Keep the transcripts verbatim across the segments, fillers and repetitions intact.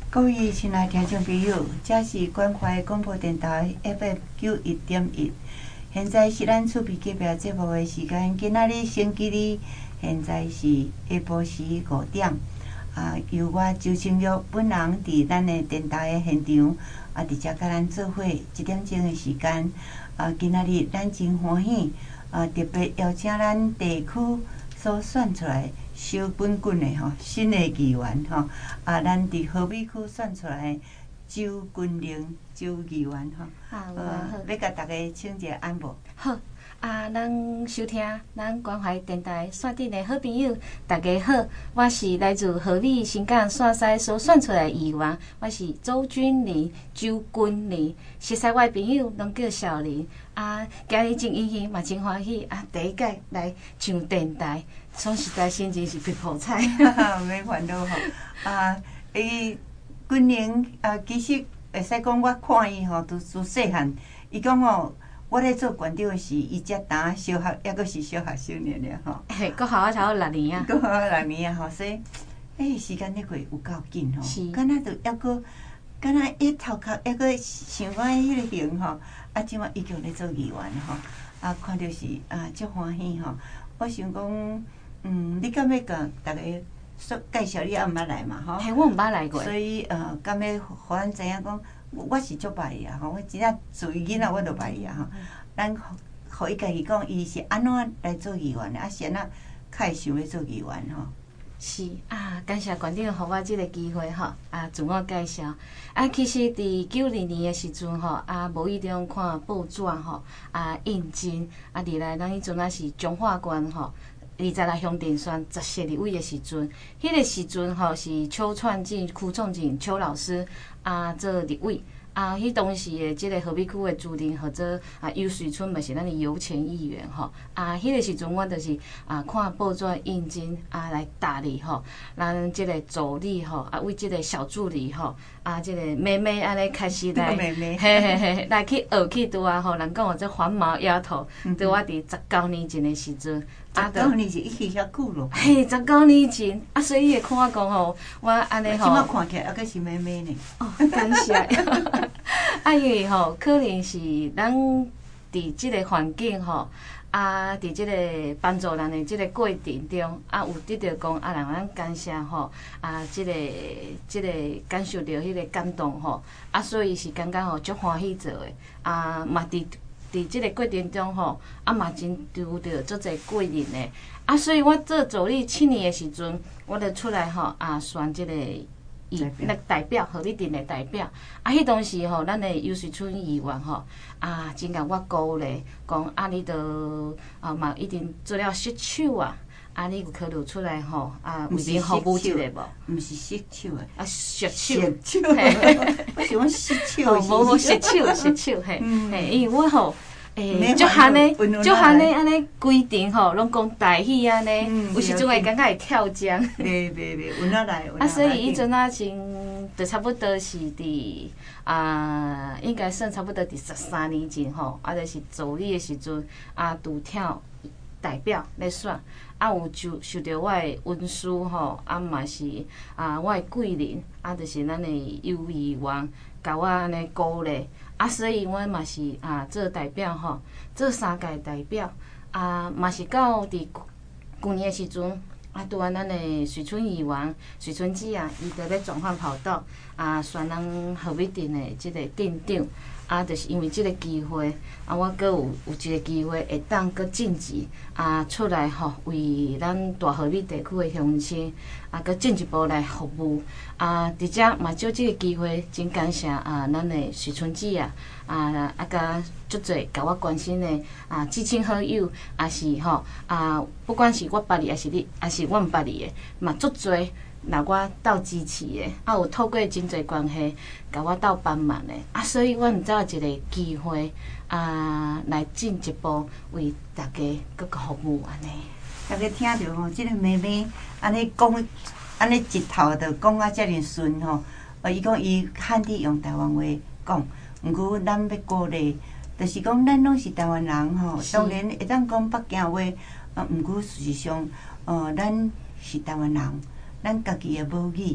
各位亲爱听众朋友，这是关怀广播电台 F M 九一点一。现在是咱厝边隔壁节目的时间，今仔日星期日，现在是下晡时五点。啊，由我周清玉本人伫咱的电台的现场，啊，伫遮甲咱做伙一点钟的时间。啊，今仔日咱真欢喜，啊，特别邀请咱地区所选出来小滚滚的吼新的议员吼，啊，咱伫河美区选出来的周君玲周议员吼， 好， 呃，要甲大家请一下安无？ 好。啊，咱收听咱关怀电台线顶的好朋友，大家好，我是来自河美新港线西所选出来的议员，我是周君玲、周君玲，熟悉我的朋友拢叫小玲。啊，今日真欢喜，嘛真欢喜啊！第一届来上电台，说实在心情是皮泡菜。 免烦恼吼，啊，伊君玲啊，其实会使讲我看伊吼，都自细汉，伊讲吼。我咧做馆长时，伊才当小学，抑阁是小学生尔尔吼。 嘿，阁校我差不多六年啊。 阁校六年啊吼，所以，诶，时间咧过有够紧吼。是。敢若着抑阁，敢若伊头壳抑阁想讲迄个型吼，啊，即摆已经咧做议员吼，啊，看着是啊，足欢喜吼。我想讲，嗯，你敢要甲大家说介绍你阿毋捌来嘛吼？ 嘿，我毋捌来过。 所以呃，敢要互咱知影讲。我是足捌伊啊！吼，我真正做伊囡仔我都捌伊啊！吼，咱互伊家己讲，伊是安怎来做议员的，啊是安怎较会想要做议员吼？ 是啊，感谢馆长互我即个机会吼，啊自我介绍。啊，其实伫九二年的时阵吼，啊无意中看报纸吼，啊应征，啊伫来咱迄阵啊是彰化县吼。二十六乡镇选十四立委的时阵，迄、那个时阵吼是邱创进、邱创进、邱老师啊做立委啊，迄当时的即个河美区的主任或者啊游水村嘛是咱的油钱议员吼啊，迄、那个时阵我就是啊看报纸应征啊来答你吼，咱即个助理吼啊为即个小助理吼啊即、这个妹妹安尼开始来， 妹妹嘿嘿嘿来去学去拄啊吼，人讲我这黄毛丫头，伫我伫十九年前的时阵。 十九年前，伊去遐久咯。 嘿，十九年前，啊，所以伊会看我讲吼，我安尼吼。 即摆看起来还阁是妹妹呢。 哦，感谢。啊，因为吼，可能是咱伫即个环境吼，啊，伫即个帮助人的即个过程中，啊，有得到讲啊，让咱感谢吼，啊，即个即个感受到迄个感动吼，啊，所以是感觉吼足欢喜做的，啊，嘛伫。伫即个过程中吼，啊嘛真遇到足侪贵人的，啊，所以我做助理七年的时阵，我就出来吼啊选即个议那代表，合理镇的代表。啊，迄当时吼，咱的游水村议员吼啊，真甲我鼓励，讲啊，你着啊嘛一定做了失手啊。啊，你有考虑出来吼啊，为民服务一下无？ 毋是失手的， 啊，失手。 失手。我想讲失手。 哦，无无失手，失手嘿，嘿，因为我吼，诶，足汉的，足汉的安尼规定吼，拢讲大喜安尼，有时阵会感觉会跳江。 对对对，有哪来？ 啊，所以迄阵啊，真就差不多是伫啊，应该算差不多伫十三年前吼，啊，就是助理的时阵啊，拄跳代表来选。啊，有受受到我的恩师吼，啊嘛是啊，我的贵人，啊，就是咱的游议员，甲我安尼鼓励，啊，所以我嘛是啊做代表吼，做三届代表，啊嘛是到伫去年的时阵，啊，拄啊咱的水村议员、水村子啊，伊就咧转换跑道，啊，选咱河美镇的即个镇长。啊，就是因为即个机会，啊，我阁有有一个机会会当阁晋级，啊，出来吼，为咱大河美地区的乡亲，啊，阁进一步来服务，啊，伫遮嘛借即个机会，真感谢啊，咱的徐春姊啊，啊，啊，甲足侪甲我关心的啊，至亲好友，也是吼，啊，不管是我捌你，还是你，还是我毋捌你的，嘛足侪。来我斗支持的，啊有透过真侪关系，甲我斗帮忙的，啊所以我毋知有一个机会，啊来进一步为大家搁个服务安尼。 大家听着吼，即个妹妹安尼讲，安尼一头着讲啊遮尔顺吼，呃伊讲伊汉地用台湾话讲，毋过咱要鼓励，就是讲咱拢是台湾人吼，当然会当讲北京话，啊毋过事实上，呃咱是台湾人。咱家己的母语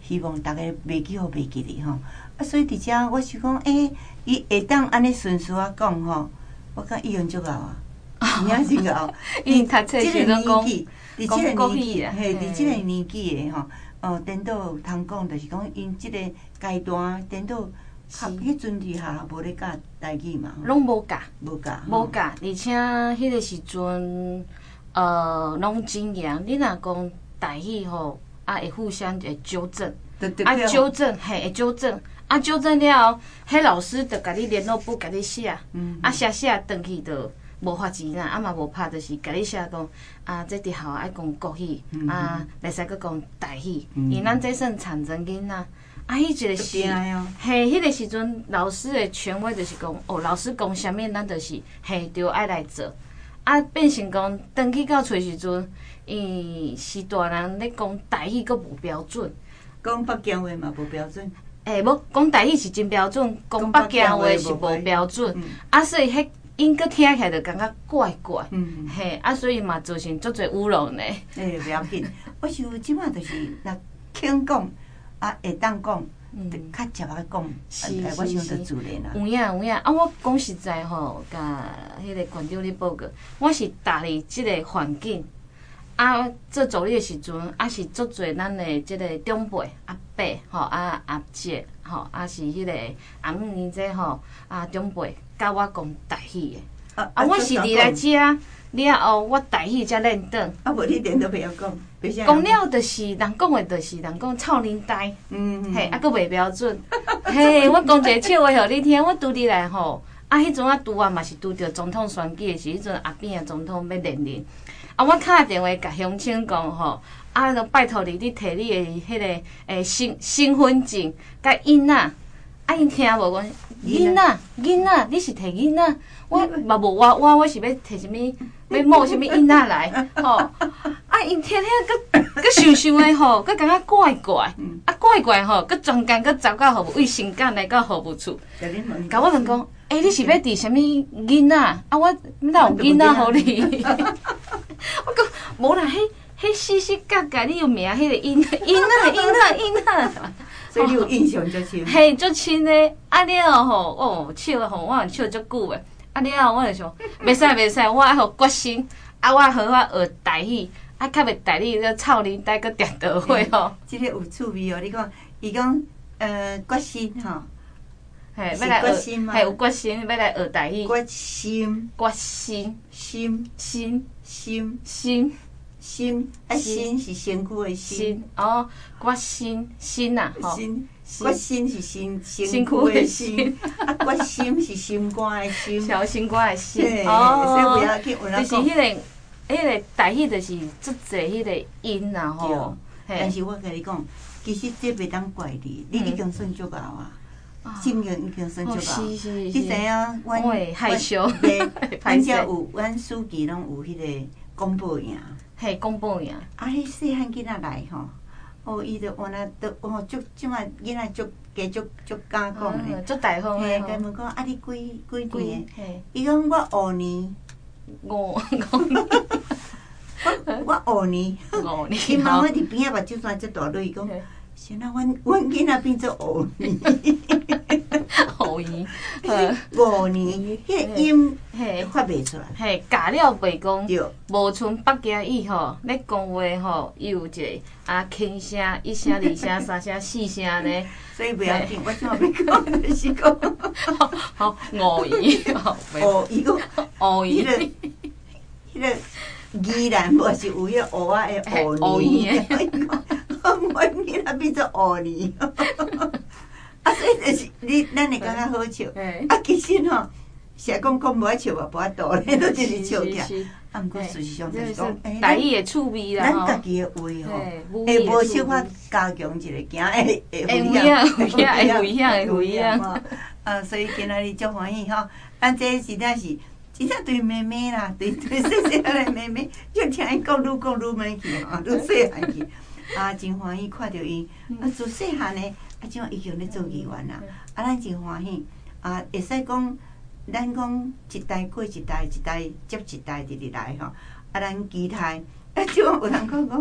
希望大家袂记互袂记哩吼。啊，所以伫遮我想讲，诶、欸，伊会当安尼顺序啊讲吼，我感伊用足够啊，真正真够。 伊读册时阵讲伫即个年纪，嘿，伫即个嘿年纪诶吼，哦，颠倒有通讲，就是讲因即个阶段颠倒，较迄阵伫下无咧教台语嘛， 拢无教， 无教， 无教，而且迄个时阵，呃，拢真严。你若讲台语吼，啊，会互相会纠正，啊，纠正，嘿，会纠正。啊，纠正了后，迄老师就甲你联络簿甲你写，嗯、啊写写转去就无罚钱啦，啊嘛无拍，就是甲你写讲啊，这伫校爱讲国语，嗯、啊，袂使阁讲台语，因为咱这算产人囡仔。啊，迄一个是，嘿，迄个时阵老师的权威就是讲，哦，老师讲啥物，咱就是嘿，就爱来做。啊，变成讲，转去到厝时阵，伊是大人咧讲台语，阁无标准， 讲北京话嘛无标准。 诶，无讲台语是真标准，讲北京话是无标准，嗯、啊，所以迄因佫听起来就感觉怪怪，嗯、嘿，啊，所以嘛造成足侪乌龙呢。 诶，袂要紧，我想即摆就是若肯讲，啊，会当讲，就较直啊讲，诶，我想就自然啦。 有影有影，啊，我讲实在吼，甲迄个馆长咧报告，我是踏入即个环境。啊，做助理的时阵，啊是足侪咱的即个长辈阿伯吼，啊阿姐吼，啊是迄个阿姆尼这吼，啊长辈教我讲台语的。啊，啊我是伫来遮了后，我台语才练转。 啊，无你连都袂晓讲， 讲了就是人讲的，就是人讲臭奶呆，嗯嘿，啊佫袂标准。嘿，我讲一个笑话互你听，我拄入来吼，啊迄阵啊拄啊嘛是拄着总统选举的时，迄阵阿扁的总统要连任。啊！我敲电话甲乡亲讲吼，啊，就拜托你，你摕你的迄个诶身身份证甲囡仔，啊，因听无讲囡仔囡仔，你是摕囡仔，我嘛无我我我是要摕啥物，要摸啥物囡仔来吼，啊，因听听佮佮想想的吼，佮感觉怪怪，啊怪怪吼，佮专工佮走到服务卫生间来到服务处，甲我问讲，诶，你是要伫啥物囡仔？啊，我哪有囡仔互你？我讲无啦，迄迄细细格格，你有名迄个囡囡仔囡仔囡仔， 所以你有印象足深。 嘿，足深嘞！啊了吼，哦，笑吼，我笑足久诶。啊了，我就想，袂使袂使，我爱互决心，啊我好我学台语，啊较袂台语，个臭奶呆个点倒会吼。 即个有趣味哦！你讲，伊讲呃决心吼， 嘿，要来学，嘿有决心要来学台语。 决心， 决心， 心， 心。 心心心啊，心是身躯的心哦，决心心呐， 心决心是身身躯的心，啊，决心是心肝的心， 小心肝的心哦， 所以不要去有人讲，就是迄个迄个台语，就是足侪迄个音呐吼。 但是我甲你讲，其实这袂当怪你，你已经算足够啊。经验已经算足够，你知影？阮害羞， 阮遮有阮书记拢有迄个公报营， 嘿，公报营。 啊，迄细汉囡仔来吼，哦，伊就原来都哦，足即摆囡仔足加足足敢讲诶， 足大方诶。 甲问讲啊，你几几年？伊讲我五年， 五五年。 我五年， 五年。 伊妈妈伫边仔目睭算遮大蕊，伊讲。现在阮阮囡仔变做五年， 五年， 五年，迄个音发袂出来。 嘿，教了袂讲，无像北京语吼，咧讲话吼，伊有一个啊轻声、一声、二声、三声、四声呢。 所以袂要紧，我怎要讲就是讲， 好五年， 哦，伊个五年， 迄个迄个宜兰无是有迄个蚵仔的五年。我囡仔变做五年，啊，所以就是你，咱会感觉好笑。啊，其实吼，是讲讲无爱笑嘛，无法度咧，都就是笑起来。啊，毋过事实上就是讲， 台语的趣味啦， 咱家己的话吼，会无小可加强一个惊，会会会危险，会危险，会危险。 啊，所以今仔日足欢喜吼，咱这真正是。真正对妹妹啦，对对细细汉的妹妹，就听伊讲愈讲愈美去吼，愈细汉去。啊，真欢喜看到伊，啊，自细汉诶，啊，即摆已经咧做议员啦，啊，咱真欢喜，啊，会使讲，咱讲一代过一代，一代接一代直直来吼，啊，咱期待，啊，即摆有人讲讲，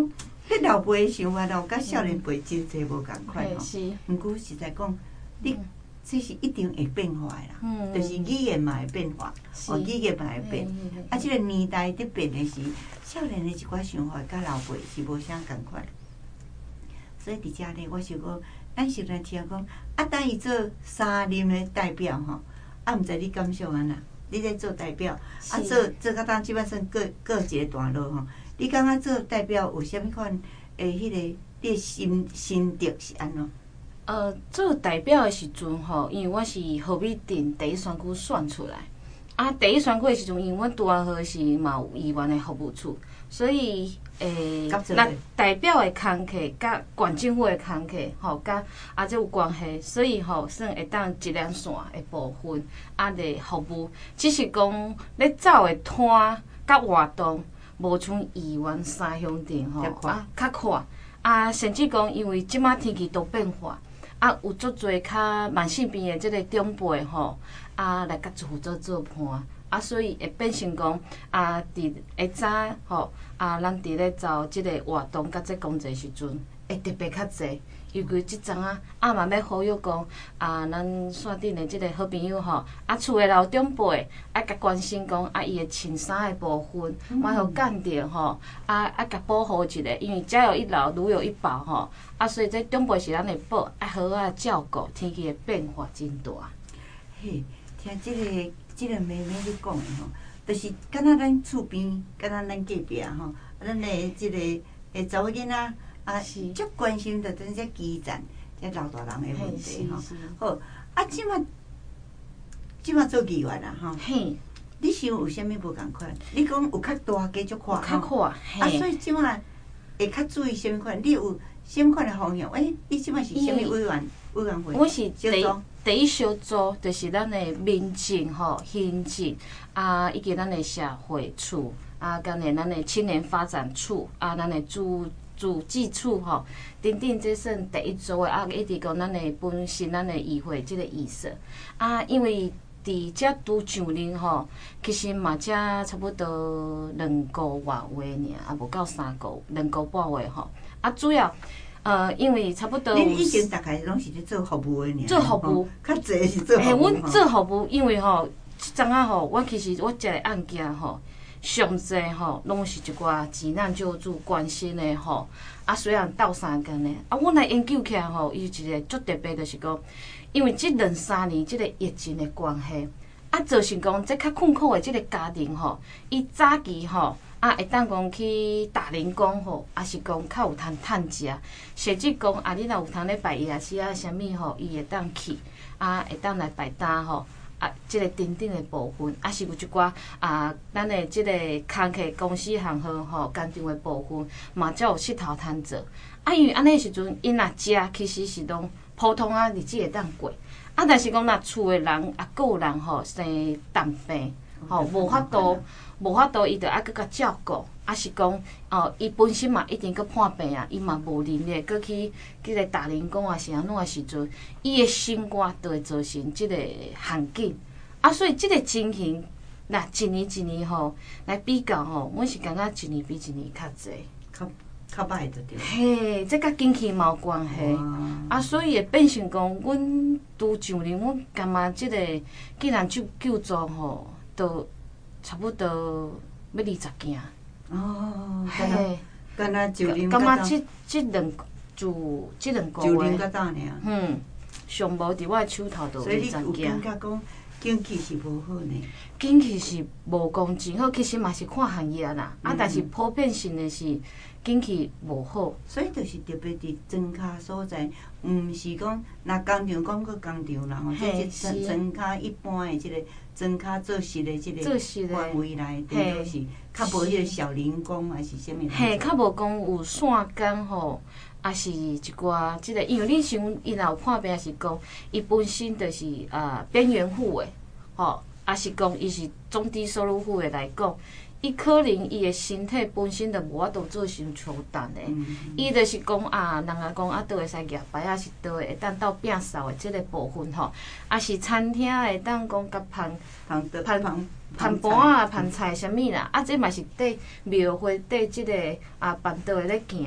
迄老辈的想法咯，甲少年辈真侪无共款吼。 是。 毋过实在讲，你这是一定会变化的啦。嗯。就是语言嘛会变化，哦，语言嘛会变。啊，即个年代伫变的是少年的一寡想法，甲老辈是无啥共款。所以伫遮咧，我想讲，咱是来听讲，啊，等伊做三任的代表吼，啊，毋知你感想安那？你咧做代表，啊，做做到当即摆算过过一个段落吼。你感觉做代表有啥物款诶？迄个你的心心得是安怎？ 呃，做代表的时阵吼，因为我是何美镇第一选区选出来，啊，第一选区的时阵，因为阮拄啊好是嘛有议员的服务处，所以诶，那代表的工课甲县政府的工课吼，甲啊这有关系，所以吼算会当一连线的部分啊来服务，只是讲咧走的摊甲活动，无像议员三乡镇吼啊较快啊，甚至讲因为即马天气都变化。啊，有足侪较慢性病的即个长辈吼，啊来甲负责做伴，啊所以会变成讲啊，伫会早吼，啊咱伫咧走即个活动甲即工作时阵，会特别较济。尤其即阵啊，啊嘛要呼吁讲啊，咱线顶的即个好朋友吼，啊厝的老长辈爱甲关心讲啊，伊的穿衫的部分，嘛互干着吼，啊啊甲保护一下，因为家有一老，如有一宝吼，啊所以这长辈是咱的宝，爱好啊照顾，天气的变化真大。 嘿，听即、这个即、这个妹妹你讲的吼，就是敢若咱厝边，敢若咱隔壁吼，咱的即个诶查某囡仔。啊，是足关心着咱这基层、这老大人的问题吼。好，啊，即马即马做议员啦吼。嘿，你想有啥物无共款？你讲有较大家足看， 较看。 啊，所以即马会较注意啥物款？你有啥物款的方向？诶，你即马是啥物委员委员会？ 我是第第一小组，就是咱的民政吼、行政啊，以及咱的社会处啊，跟的咱的青年发展处啊，咱的主。主计处吼，等等，这算第一组的啊，一直讲咱的本身咱的议会即个意思啊，因为伫遮拄上任吼，其实嘛才差不多两个月话尔，啊无到三个两个半月吼，啊主要呃，因为差不多。 恁以前大概拢是咧做服务的尔。 做服务。 较侪是做服务。 嘿，阮做服务，因为吼，即阵啊吼，我其实我一个案件吼。上济吼，拢是一寡急难救助关心的吼，啊虽然斗相共的，啊阮来研究起来吼，伊一个足特别，就是讲，因为即两三年即个疫情的关系，啊造成讲即较困苦的即个家庭吼，伊早期吼，啊会当讲去打零工吼，啊是讲较有通趁食，甚至讲啊你若有通咧摆夜市啊啥物吼，伊会当去，啊会当来摆单吼。啊，即、这个等等的部分，啊是有一寡啊，咱的即个工课公司行号吼，工厂的部分嘛，才有佚头通做。啊，因为安尼时阵，因若食其实是拢普通啊日子会当过。啊，但是讲若厝的人啊，个有人吼生重病，吼无法度，无法度，伊着爱搁甲照顾。啊是讲哦，伊本身嘛一定搁破病啊，伊嘛无能力搁去即个打零工啊，是安怎的时阵，伊的生活就会造成即个限境。啊，所以即个情形，若一年一年吼来比较吼，阮是感觉一年比一年较济， 较较歹着对。 嘿，这甲经济嘛有关系。啊，所以会变成讲，阮拄上任，阮感觉即个既然救救助吼，都差不多要二十件。 哦，嘿，敢若就任感觉即即两就即两个月， 就任较早尔。 嗯，上无伫我手头都有二十件。 所以你有感觉讲经济是无好呢？ 经济是无讲真好，其实嘛是看行业啦，嗯、啊，但是普遍性的是经济无好。 所以就是特别伫庄脚所在，毋是讲若工厂讲个工厂啦吼，即是庄脚一般的即个庄脚做事的即个范围内底都是较无迄个小零工还是啥物？ 嘿，较无讲有线工吼，也是一寡即个，因为你想伊若有破病，是讲伊本身就是呃边缘户的，吼，也是讲伊是中低收入户的来讲。伊可能伊的身体本身就无法度做成操蛋的，伊、嗯、就是讲啊，人啊讲啊，倒会使夹牌啊，是倒会当到摒扫的即个部分吼，啊是餐厅会当讲甲盘盘盘盘盘盘啊、盘菜啥物啦，啊这嘛是缀庙会缀即个啊办桌的咧行，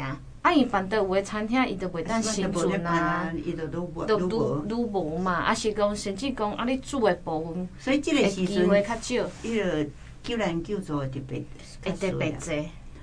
啊，伊反倒有诶餐厅伊都袂当生存啊， 伊就愈无都愈愈无嘛，啊是讲甚至讲啊，你煮诶部分， 所以即个时阵机会较少， 伊就救人救助特别会特别济。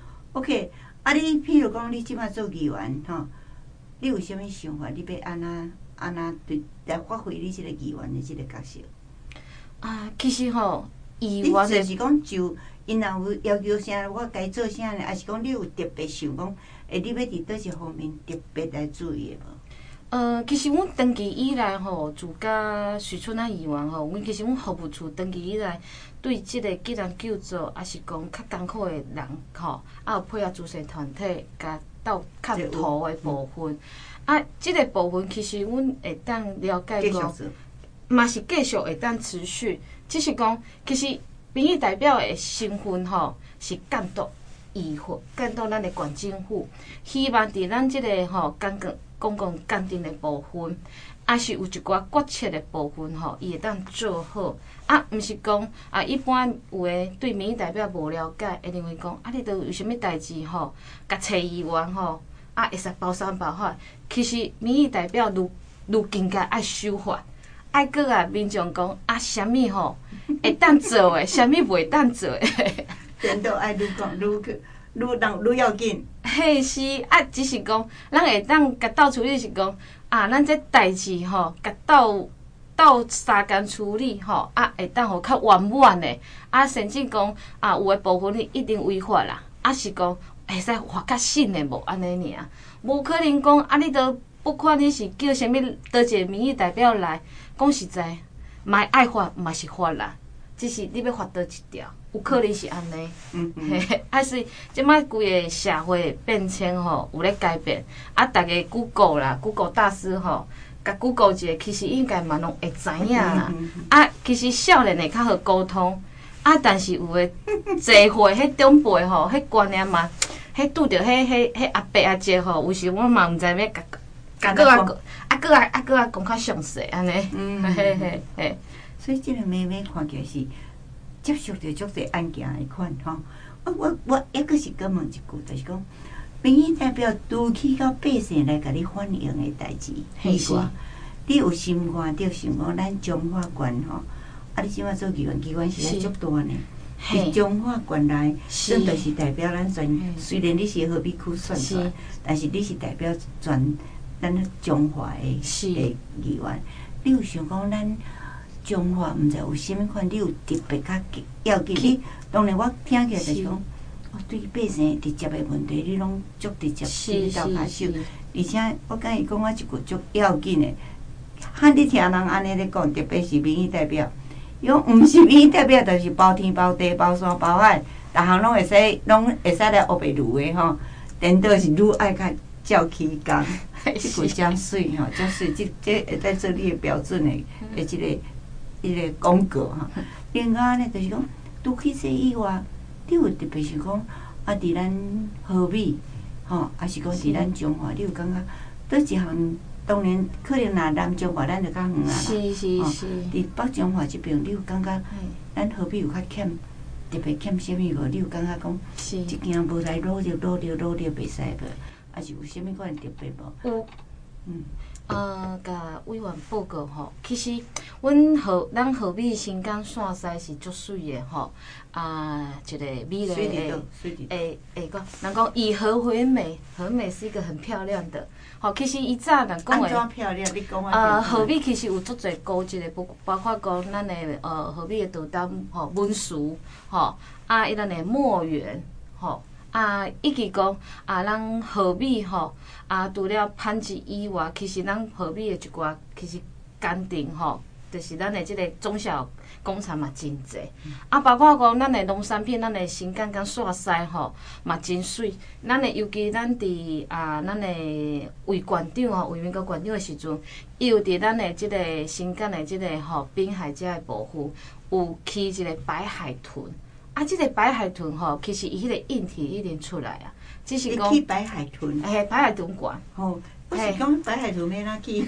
OK， 啊，你譬如讲你即摆做议员吼，你有啥物想法？你要安怎安怎对来发挥你即个议员的即个角色？ 啊，其实吼，议员员就是讲就因若有要求啥，我该做啥呢？还是讲你有特别想讲，诶，你要伫倒一方面特别来注意的无？ 呃，其实阮长期以来吼，自甲徐春啊议员吼，阮其实阮服务处长期以来对即个急难救助，还是讲较艰苦的人吼，啊有配合慈善团体，甲到较土的部分。啊，即个部分其实阮会当了解讲，嘛是继续会当持续，只是讲其实民意代表的身份吼是监督议会，监督咱的县政府，希望伫咱即个吼公共公共监定的部分，也是有一寡决策的部分吼，伊会当做好。啊，毋是讲啊，一般有诶对民意代表无了解，会认为讲啊，你都有啥物代志吼，甲找议员吼，啊会使包山包海。其实民意代表愈愈更加爱守法，爱搁啊民众讲啊，啥物吼会当做诶，啥物袂当做诶。 颠倒爱愈讲愈去愈人愈要紧。 嘿是啊，只是讲咱会当甲斗处理是讲啊，咱这代志吼，甲斗斗相共处理吼，啊会当互较圆满诶，啊甚至讲啊有诶部分你一定违法啦，啊是讲会使罚较省诶无安尼尔，无可能讲啊你都不管你是叫啥物倒一个民意代表来，讲实在，嘛爱罚嘛是罚啦。只是你要罚倒一条，有可能是安尼。嗯嗯。嘿，还是即摆规个社会变迁吼有咧改变，啊，逐个 Google 啦 ，Google 大师吼，甲 Google 一下，其实应该嘛拢会知影啦。啊，其实少年会较好沟通，啊，但是有诶坐会迄长辈吼，迄观念嘛，迄拄着迄迄迄阿伯阿姐吼，有时我嘛毋知要甲甲个啊啊个啊啊个啊讲较详细安尼。嗯。嘿嘿嘿。 所以即个妹妹看起来是接触着足侪案件的款吼。我我我抑阁是搁问一句，就是讲，民意代表拄去到百姓来甲你反映的代志，奇怪，你有心肝着想讲咱中华县吼，啊，你即摆做议员，机关是足大呢。伫中华县内，算着是代表咱全，虽然你是河北区选出来，但是你是代表全咱中华的的议员。你有想讲咱？中华毋知有啥物款，你有特别较要紧。你当然我听起来就是讲，哦，对百姓直接的问题，你拢足直接去到下手。而且我甲伊讲我一句足要紧的，汉你听人安尼咧讲，特别是民意代表，伊讲毋是民意代表，就是包天包地包山包海，逐项拢会使，拢会使来学白路的吼。颠倒是愈爱较照起工，即句真水吼，真水，即即会在做你的标准的的即个。一个广告哈，另外呢，就是讲，拄去这以外，你有特别是讲，啊，伫咱河北，吼，还是讲伫咱中华，你有感觉倒一项？当然，可能若南中华咱就较远啊啦。 是是是。 伫北中华这边，你有感觉咱河北有较欠，特别欠啥物无？你有感觉讲，即件无来努力努力努力袂使无？还是有啥物款特别无？ 有。嗯。呃，甲委员报告吼，其实阮河咱河北新港线西是足水的吼，啊，一个美丽的诶诶个，人讲以和为美，和美是一个很漂亮的。吼，其实伊早人讲诶，安怎漂亮？你讲啊。 呃，河北其实有足侪高级的，包包括讲咱的呃河北的稻担吼甪树吼，啊，伊咱的墨园吼。啊，以及讲啊，咱河北吼啊，除了番薯以外，其实咱河北的一寡其实工程吼，就是咱的即个中小工厂嘛真济。啊，包括讲咱的农产品，咱的新港港线西吼嘛真水。咱的尤其咱伫啊，咱的魏县长吼，魏明国县长的时阵，伊有伫咱的即个新港的即个吼滨海遮的部分，有起一个白海豚。啊，即、这个白海豚吼，其实伊迄个硬体已经出来啊，只是讲。 去白海豚。 嘿，白海豚馆。 吼，我是讲白海豚要哪去？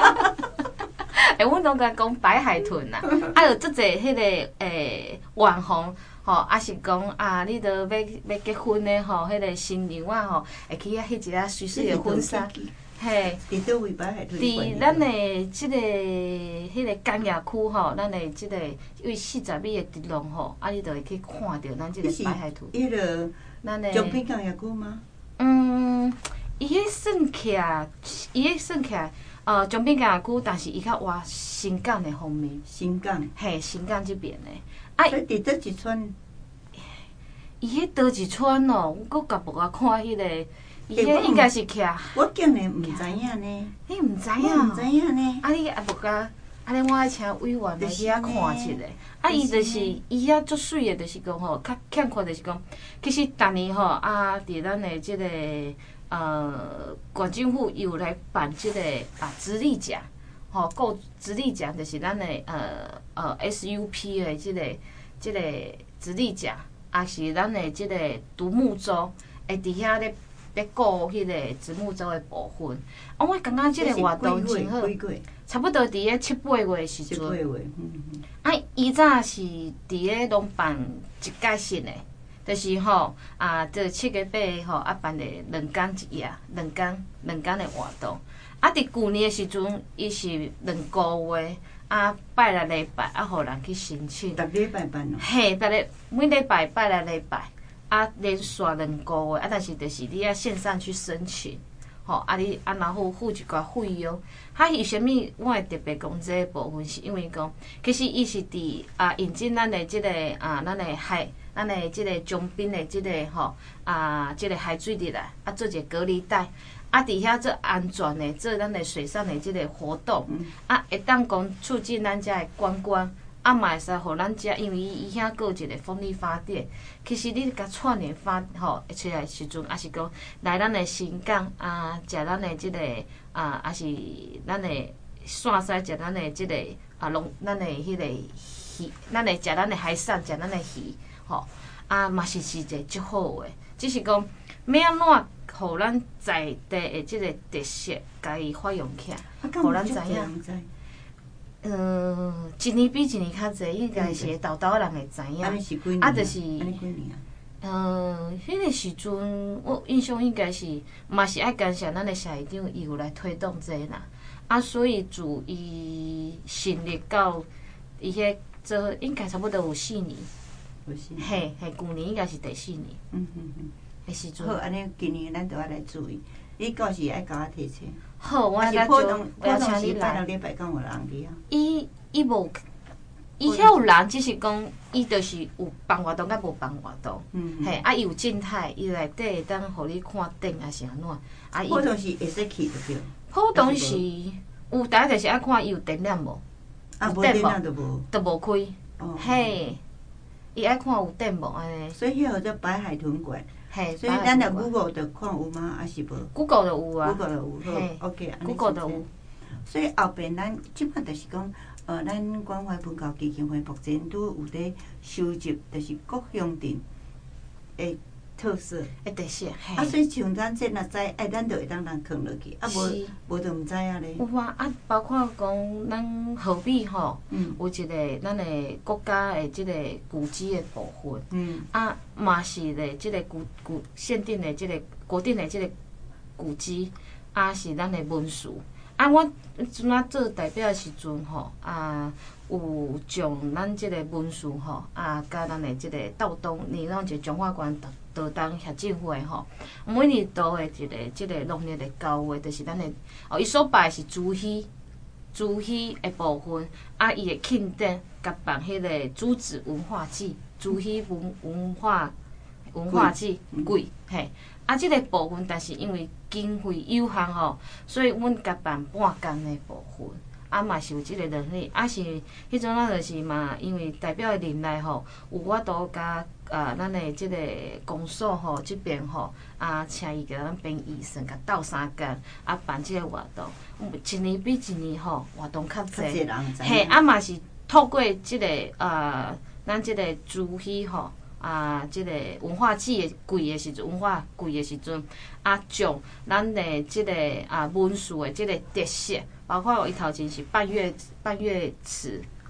诶，阮拢甲讲白海豚啦，啊，有足侪迄个诶网红吼，啊是讲啊，你着要要结婚的吼，迄个新娘啊吼，会去啊翕一个水水的婚纱，嘿。 伫倒位摆还推伫咱的即个迄个工业区吼，咱的即个因为四十米的直廊吼，啊，你着会去看到咱即个北海图。 迄个咱的中滨工业区吗？ 嗯，伊迄算起来，伊迄算起来，呃，中滨工业区，但是伊较往新港的方面。 新港。 嘿，新港即边的。啊， 所以伫倒一村？ 伊迄倒一村哦，我阁甲无甲看迄个。伊迄应该是徛， 我竟然毋知影呢。 你毋知影？ 我毋知影呢。 啊，你也无甲，安尼我爱请委员来去遐看一下。啊，伊就是伊遐足水的，就是讲吼，较欠缺就是讲，其实逐年吼啊，伫咱的即个呃，县政府伊有来办即个啊，直立奖，吼，购直立奖就是咱的呃呃 S U P 的即个即个直立奖，也是咱的即个独木舟会伫遐咧。咧顾迄个子母洲的部分，啊，我感觉即个活动真好，差不多伫咧七八月时阵。七八月，嗯嗯。 啊，伊早是伫咧拢办一届性的，就是吼啊，这七月八吼啊办咧两天一夜，两天两天的活动。啊，伫旧年的时阵，伊是两个月啊，拜六礼拜啊，互人去申请。 逐礼拜办哦。 嘿，逐日每礼拜拜六礼拜。啊，连续两个月，啊，但是就是你要线上去申请，吼，啊你啊然后付一寡费用。哈，为虾米我会特别讲这个部分？是因为讲，其实伊是伫啊引进咱的即、这个啊，咱的海，咱的即个中滨的即、这个吼啊，即、这个海水入来，啊做一个隔离带，啊伫遐做安全的，做咱的水上的即个活动，嗯、啊会当讲促进咱遮的观光。啊，嘛会使互咱遮，因为伊遐佫有一个风力发电。其实你甲串联发吼出来时阵，也是讲来咱的新港啊，食咱的即、这个啊，也是咱的线西食咱的即、这个啊，龙咱的迄个鱼，咱的食咱的海产，食咱的鱼，吼啊，嘛是是一个足好诶。只是讲要安怎，互咱在地的即个特色，家己发扬起来，互咱知影。呃，一年比一年较侪，应该是豆豆人会知影。啊，就是，呃，迄个时阵，我印象应该是，嘛是爱感谢咱的社会长，伊有来推动这啦。啊，所以自伊成立到伊迄做，应该差不多有四年。 有四年。 嘿，嘿，旧年应该是第四年。 嗯嗯嗯。 迄时阵。 好，安尼今年咱都要来注意。你到时爱甲我提醒。 好，我来做，我要请你来。 礼拜敢有人去啊？ 伊伊无，伊遐有人，只是讲伊就是有办活动，甲无办活动。嗯。嘿，啊，伊有静态，伊内底会当互你看顶还是安怎？啊， 普通是会使去就对。 普通是有，第一就是爱看伊有电缆无？ 啊，无电缆就无。 就无开。哦。嘿，伊爱看有电无安尼。 所以迄号做白海豚馆。 嘿， 所以咱若 Google 着看有吗？还是无 ？Google 就有啊。 Google 就有，好 ，OK， 安尼 Google 就有。 所以后边咱即摆就是讲，呃，咱关怀文教基金会目前拄有咧收集，就是各乡镇的特色， 的特色。 啊，所以像咱这若知，哎，咱就会当人藏落去，啊，无无就毋知影咧。 有啊，啊，包括讲咱河边吼，嗯，有一个咱的国家的即个古迹的部分，嗯，啊，嘛是咧即个古古限定的即个国定的即个古迹，啊，是咱的文书。啊，我阵仔做代表的时阵吼，啊，有将咱即个文书吼，啊，甲咱的即个道东，你拢一个中华关道道东协进会吼，每年度的一个即个农历的九月，就是咱的哦，伊所拜是猪鱼，猪鱼的部分，啊，伊会庆典甲办迄个猪子文化祭，猪鱼文文化文化祭季，嘿。啊，即个部分，但是因为经费有限吼，所以阮甲办半工的部分，啊嘛是有即个能力，啊是迄阵啊就是嘛，因为代表的人来吼，有法度甲啊咱的即个公所吼即边吼，啊请伊甲咱编预算，甲斗相共，啊办即个活动，一年比一年吼活动较济，嘿，啊嘛是透过即个呃咱即个主语吼。啊，即、这个文化季的季的时阵，文化季的时阵，啊，将咱的即个啊文书的即个特色，包括伊头前是半月半月词，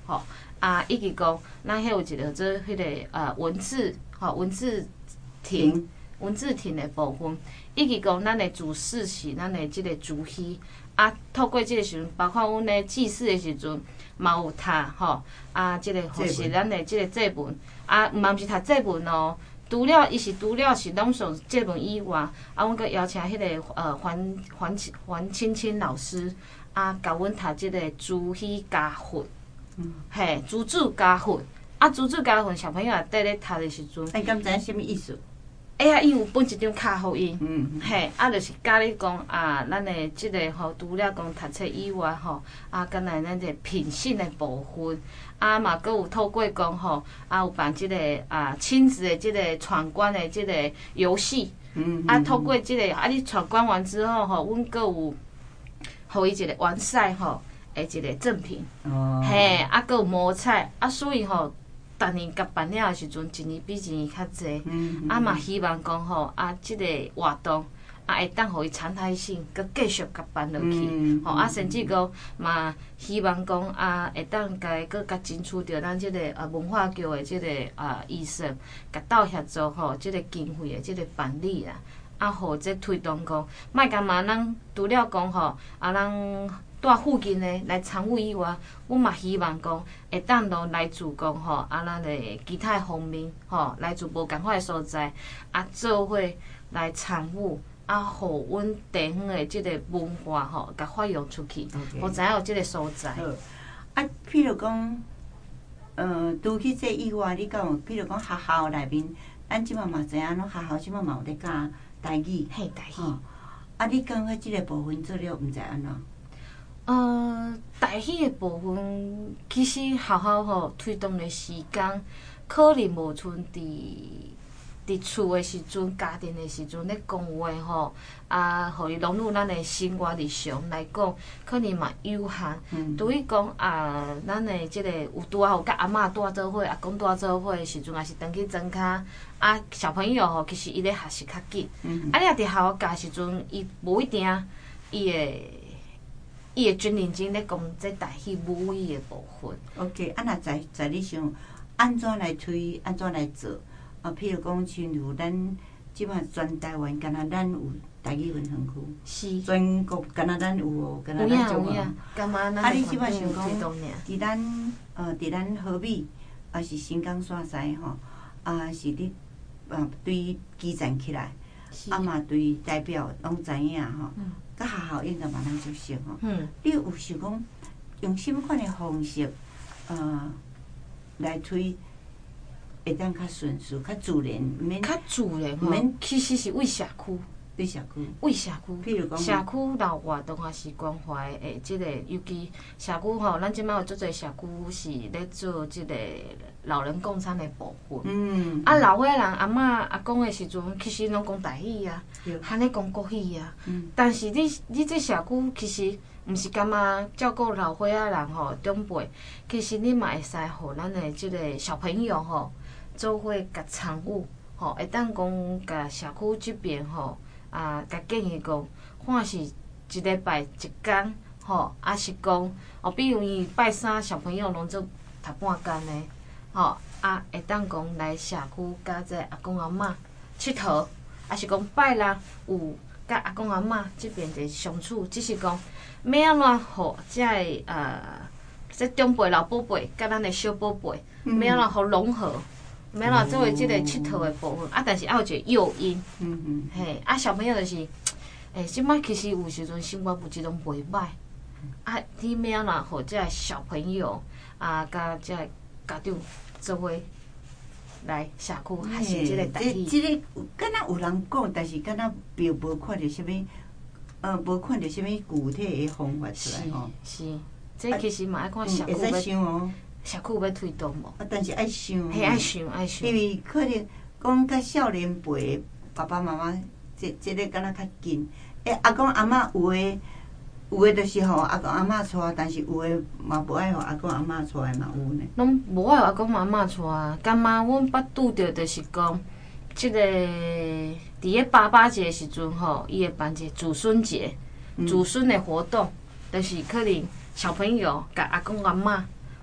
吼，啊，以及讲咱迄有一个做迄个呃文字吼文字亭。文字亭的部分，以及讲咱的主事是咱的即个主戏，啊，透过即个时阵，包括阮咧祭祀的时阵，嘛有读吼，啊，即、这个或是咱的即个祭文，啊，嘛毋是读祭文哦，除了伊是除了是拢上祭文以外，啊，阮阁邀请迄、那个呃黄黄黄青青老师，啊，教阮读即个主戏家训，嗯，嘿，主主家训，啊，主主家训小朋友也缀咧读的时阵， 哎，敢知影什么意思？ 哎呀，伊有分一张卡互因， 嗯， 嘿，啊，就是教你讲啊，咱的即个吼，除了讲读册以外吼，啊，敢若咱这品性的部分，啊嘛，阁有透过讲吼，啊有办即个啊亲子的即个闯关的即个游戏，嗯，啊，透过即个啊，你闯关完之后吼，阮阁有，互伊一个完赛吼的一个赠品，哦，嘿，啊，阁有摸彩，啊，所以吼。逐年甲办了的时阵，一年比一年较济，嗯嗯、啊嘛希望讲吼，啊即、這个活动啊会当互伊常态性，佮继续甲办落去，吼、嗯嗯、啊甚至讲嘛希望讲啊会当甲佮甲争取着咱即个啊文化局的即个啊医生，甲斗协助吼即个经费的即个办理啦，啊互这推动讲，莫干嘛咱除了讲吼啊咱。住附近的来参与以外，阮嘛希望讲会当到来自讲吼啊咱的其他方面吼，来自无共款的所在啊做伙来参与啊，互阮地方的即个文化吼，甲发扬出去，互知影有即个所在。 啊，譬如讲，呃，除去这以外，你讲譬如讲学校内面，咱即马嘛知影，拢学校即马嘛有咧教台语， 嘿，台语。 啊，你感觉即个部分做了，毋知安怎？ 呃，台语的部分，其实学校吼推动的时间，可能无像伫伫厝的时阵、家庭的时阵咧讲话吼，啊，互伊融入咱的生活日常来讲，可能嘛有限。嗯。对于讲啊，咱的即个有拄啊有甲阿嬷住做伙、阿公住做伙的时阵，也是长去装卡，啊，小朋友吼，其实伊咧学习较紧。嗯。啊，你若伫校教时阵，伊无一定伊会。伊会真认真咧讲这台语母语的部分。 OK， 啊，若在在你想安怎来推，安怎来做？啊，譬如讲，像如咱即摆全台湾，敢若咱有台语文行区， 是全国敢若咱有哦，敢若咱种哦。啊，你即摆想讲，伫咱呃，伫咱河美，啊是新港线西吼，啊是你啊对基站起来，啊嘛对代表拢知影吼。嗯甲学校应该嘛咱就熟吼，嗯、你有想讲用什么款的方式，呃，来推，会当较顺序、较自然，免较自然吼。免其实是为社区， 为社区， 为社区。 譬如讲， 社区老活动也是关怀的，即、这个尤其社区吼，咱即摆有足侪社区是咧做即个老人共餐的部分。嗯。啊，老岁人阿嬷阿公的时阵，其实拢讲台语啊，还咧讲国语啊。嗯。但是你你这社区其实毋是干嘛照顾老岁仔人吼，长辈，其实你嘛会使互咱的即个小朋友吼，做伙甲参与吼，会当讲甲社区即边吼。啊，甲建议讲，看是一礼拜一工，吼，啊是讲，哦，比如伊拜三小朋友拢做读半工的，吼，啊会当讲来社区甲这阿公阿嬷佚佗，啊是讲拜六有甲阿公阿嬷即边的相处，只是讲要安怎互这个呃，这长辈老宝贝甲咱的小宝贝，要安怎互融合。免啦，作为即个佚佗的部分，啊，但是还有一个诱因，嗯嗯，嘿，啊，小朋友就是，诶，即摆其实有时阵生活物质拢袂歹，啊，你要安怎互即个小朋友啊，甲即个家长做伙来社区学习即个台语。 即个敢若有人讲，但是敢若并无看到什物，呃，无看到什物具体的方法出来吼。 是，这其实嘛爱看社区要。社区有要推动无？ 啊，但是爱想， 嘿，爱想，爱想。 因为可能讲甲少年辈爸爸妈妈，即即个敢若较近。诶，阿公阿嬷有诶，有诶就是互阿公阿嬷带，但是有诶嘛无爱互阿公阿嬷带嘛有呢。 拢无爱互阿公阿嬷带，干嘛？阮捌拄着就是讲，即个伫咧爸爸节时阵吼，伊会办一个祖孙节，祖孙的活动，就是可能小朋友甲阿公阿嬷。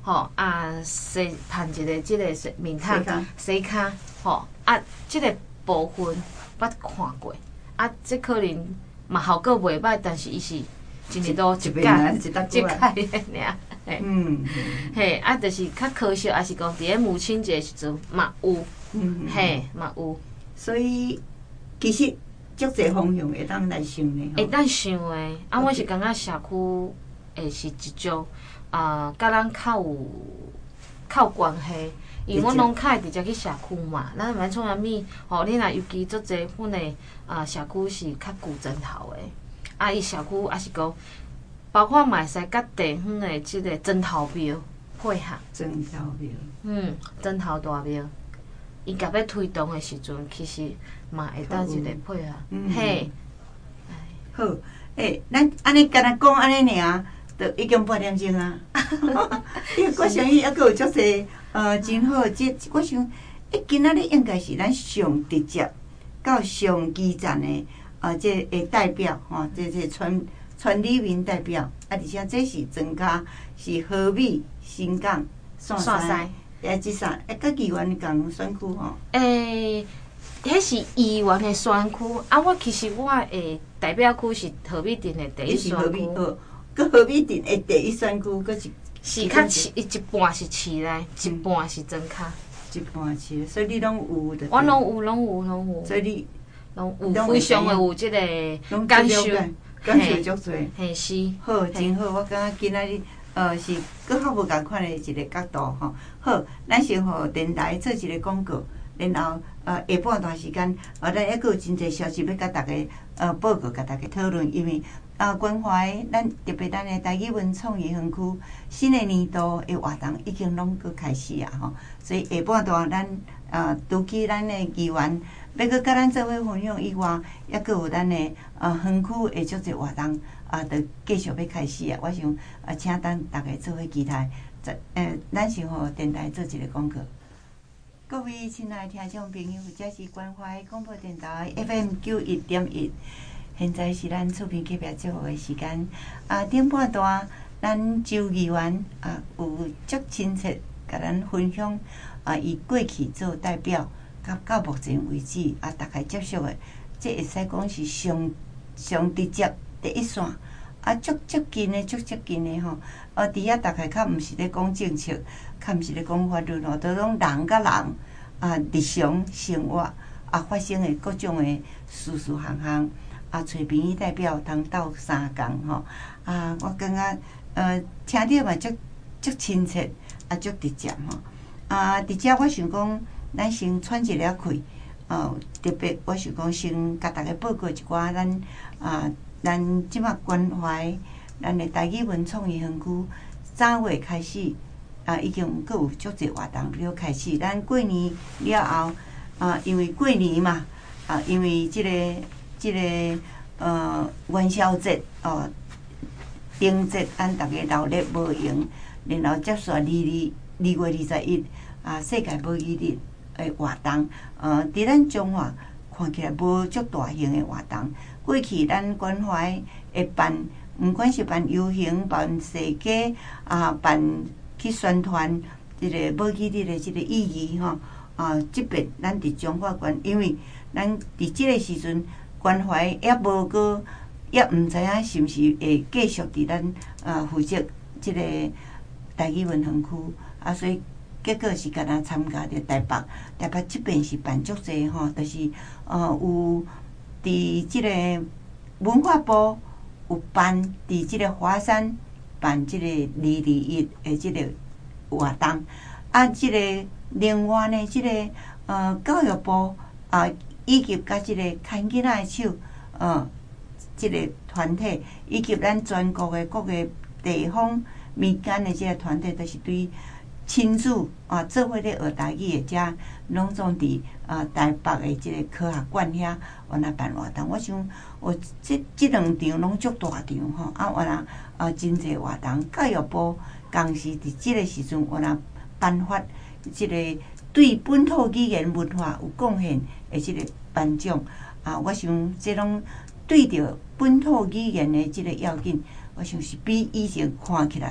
吼啊洗喷一个即个面汤洗骹，吼啊即个部分捌看过，啊这可能嘛效果袂歹，但是伊是一年都一届一届的尔。嗯，嘿，啊，就是较可惜，也是讲伫咧母亲节时阵嘛有，嘿嘛有。所以其实足侪方向会当来想的， 会当想的。啊，我是感觉社区会是一种啊，甲咱较有较有关系，因为阮拢较会直接去社区嘛，咱毋免创啥物，吼，你若尤其足侪阮的啊社区是较古镇头的，啊，伊社区也是讲。包括嘛会使甲地方的即个砖头庙配合。 砖头庙。 嗯，砖头大庙，伊甲要推动的时阵，其实嘛会当一个配合。嗯、嘿。 好，诶、欸，咱安尼敢若讲安尼尔，就已经八点钟啊。因为我想伊还佫有足侪呃真好，即我想，诶，今仔日应该是咱上直接到上基站的呃，即个代表吼，即即村。村里民代表，啊，而且这是增加是河美、新港、线西，诶，即三，诶，甲议员共选区吼。 诶，迄是议员的选区，啊，我其实我诶代表区是河美镇的第一选区。 哦，佮河美镇的第一选区，佮是是较市，伊一半是市内，一半是庄脚。 一半市，所以你拢有的。 我拢有，拢有，拢有。 所以你拢有非常的有即个感受。 感受足侪， 嘿是， 好，真好。我感觉今仔日，呃，是搁较无共款的一个角度吼。好，咱先互电台做一个广告，然后呃下半段时间，呃，咱还佫有真侪消息要甲大家呃报告，甲大家讨论。因为啊，关怀咱特别咱的台语文创意园区新的年度的活动已经拢佫开始啊吼，所以下半段咱呃，除去咱的议员。要搁甲咱做伙分享以外，也佫有咱的呃园区的足侪活动啊，就继续要开始啊！我想啊，请咱大家做伙期待。在呃，咱先互电台做一个广告。各位亲爱的听众朋友，这是关怀广播电台 F M 九一点一。现在是咱厝边隔壁节目的时间啊，顶半段咱周议员啊有足亲切甲咱分享啊，伊过去做代表。到到目前为止，啊，大概接触的，这会使讲是上上直接第一线，啊，足足近的，足足近的吼。啊，伫遐大概较毋是咧讲政策，较毋是咧讲法律吼，都拢人甲人啊，日常生活啊发生的各种的事事项项，啊，找民意代表通斗相共吼。啊，我感觉呃，听着嘛足足亲切，啊，足直接吼。啊，伫遮我想讲。咱先喘一了气，呃，特别我是讲先甲大家报告一寡咱啊，咱即马关怀咱的台语文创意园区，三月开始啊，已经佫有足侪活动了开始。咱过年了后啊，因为过年嘛啊，因为即、这个即、这个呃元宵节哦，灯节咱逐个闹热无闲，然后接续二二二月二十一啊，世界母语日。诶，活动，呃，伫咱中华看起来无足大型诶活动。过去咱关怀会办，毋管是办游行、办设计啊，办去宣传即个母语日诶即个意义吼。啊，即边咱伫中华关，因为咱伫即个时阵关怀也无过，也毋知影是毋是会继续伫咱啊负责即个台语文园区啊，所以。结果是敢若参加着台北，台北即边是办足济吼，就是呃有伫即个文化部有办伫即个华山办即个二二一的即个活动，啊，即个另外呢，即个呃教育部啊，以及甲即个牵囡仔的手，呃，即个团体，以及咱全国的各个地方民间的即个团体，都是对。亲子啊，做伙咧学台语的，遮拢总伫啊台北的即个科学馆遐，原来办活动。我想，我即即两场拢足大场吼，啊，原来啊真侪活动。教育部同时伫即个时阵，原来颁发即个对本土语言文化有贡献的即个颁奖啊，我想即拢对着本土语言的即个要紧，我想是比以前看起来。